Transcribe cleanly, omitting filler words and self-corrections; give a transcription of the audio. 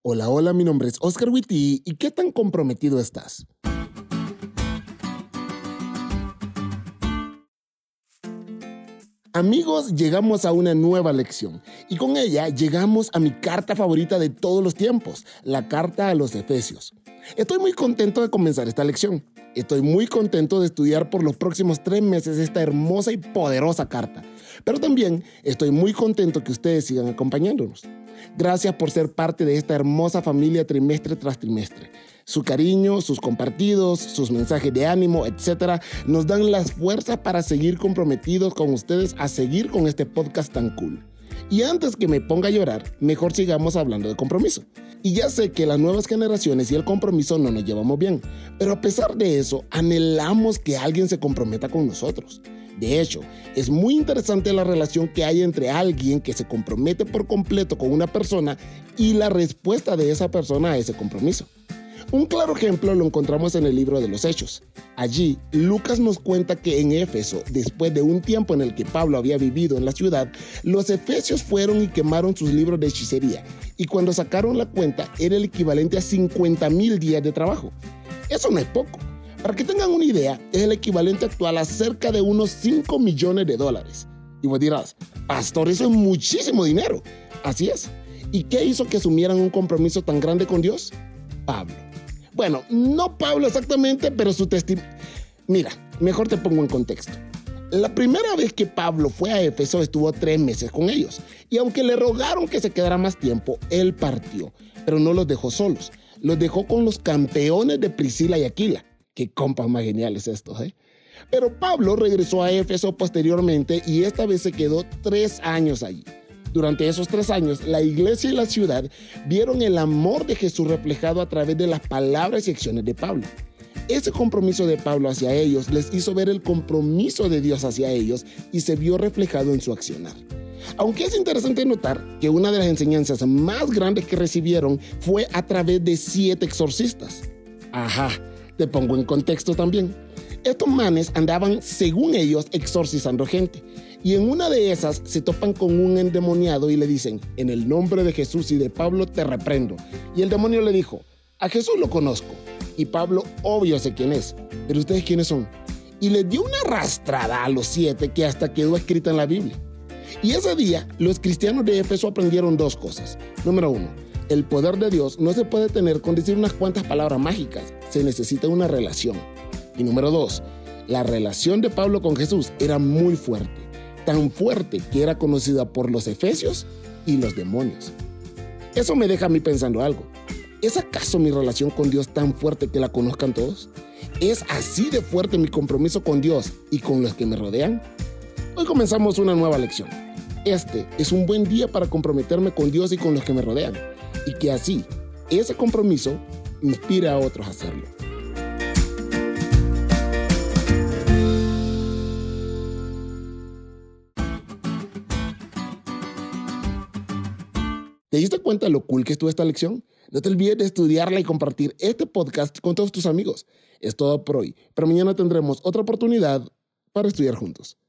Hola, hola, mi nombre es Oscar Witty. ¿Y qué tan comprometido estás? Amigos, llegamos a una nueva lección y con ella llegamos a mi carta favorita de todos los tiempos, la carta a los Efesios. Estoy muy contento de comenzar esta lección. Estoy muy contento de estudiar por los próximos 3 meses esta hermosa y poderosa carta. Pero también estoy muy contento que ustedes sigan acompañándonos. Gracias por ser parte de esta hermosa familia trimestre tras trimestre. Su cariño, sus compartidos, sus mensajes de ánimo, etcétera, nos dan las fuerzas para seguir comprometidos con ustedes a seguir con este podcast tan cool. Y antes que me ponga a llorar, mejor sigamos hablando de compromiso. Y ya sé que las nuevas generaciones y el compromiso no nos llevamos bien, pero a pesar de eso, anhelamos que alguien se comprometa con nosotros. De hecho, es muy interesante la relación que hay entre alguien que se compromete por completo con una persona y la respuesta de esa persona a ese compromiso. Un claro ejemplo lo encontramos en el libro de los Hechos. Allí, Lucas nos cuenta que en Éfeso, después de un tiempo en el que Pablo había vivido en la ciudad, los efesios fueron y quemaron sus libros de hechicería, y cuando sacaron la cuenta era el equivalente a 50,000 días de trabajo. Eso no es poco. Para que tengan una idea, es el equivalente actual a cerca de unos $5 millones. Y vos dirás, pastor, eso es muchísimo dinero. Así es. ¿Y qué hizo que asumieran un compromiso tan grande con Dios? Pablo. Bueno, no Pablo exactamente, pero su testimonio. Mira, mejor te pongo en contexto. La primera vez que Pablo fue a Éfeso estuvo 3 meses con ellos. Y aunque le rogaron que se quedara más tiempo, él partió. Pero no los dejó solos. Los dejó con los campeones de Priscila y Aquila. Qué compas más geniales estos, ¿eh? Pero Pablo regresó a Éfeso posteriormente y esta vez se quedó 3 años allí. Durante esos 3 años, la iglesia y la ciudad vieron el amor de Jesús reflejado a través de las palabras y acciones de Pablo. Ese compromiso de Pablo hacia ellos les hizo ver el compromiso de Dios hacia ellos y se vio reflejado en su accionar. Aunque es interesante notar que una de las enseñanzas más grandes que recibieron fue a través de 7 exorcistas. Ajá, te pongo en contexto también. Estos manes andaban, según ellos, exorcizando gente. Y en una de esas se topan con un endemoniado y le dicen, en el nombre de Jesús y de Pablo te reprendo. Y el demonio le dijo, a Jesús lo conozco. Y Pablo, obvio sé quién es, pero ¿ustedes quiénes son? Y les dio una arrastrada a los 7 que hasta quedó escrita en la Biblia. Y ese día, los cristianos de Éfeso aprendieron 2 cosas. Número 1, el poder de Dios no se puede tener con decir unas cuantas palabras mágicas. Se necesita una relación. Y número 2, la relación de Pablo con Jesús era muy fuerte. Tan fuerte que era conocida por los efesios y los demonios. Eso me deja a mí pensando algo. ¿Es acaso mi relación con Dios tan fuerte que la conozcan todos? ¿Es así de fuerte mi compromiso con Dios y con los que me rodean? Hoy comenzamos una nueva lección. Este es un buen día para comprometerme con Dios y con los que me rodean. Y que así, ese compromiso inspire a otros a hacerlo. ¿Te diste cuenta de lo cool que estuvo esta lección? No te olvides de estudiarla y compartir este podcast con todos tus amigos. Es todo por hoy, pero mañana tendremos otra oportunidad para estudiar juntos.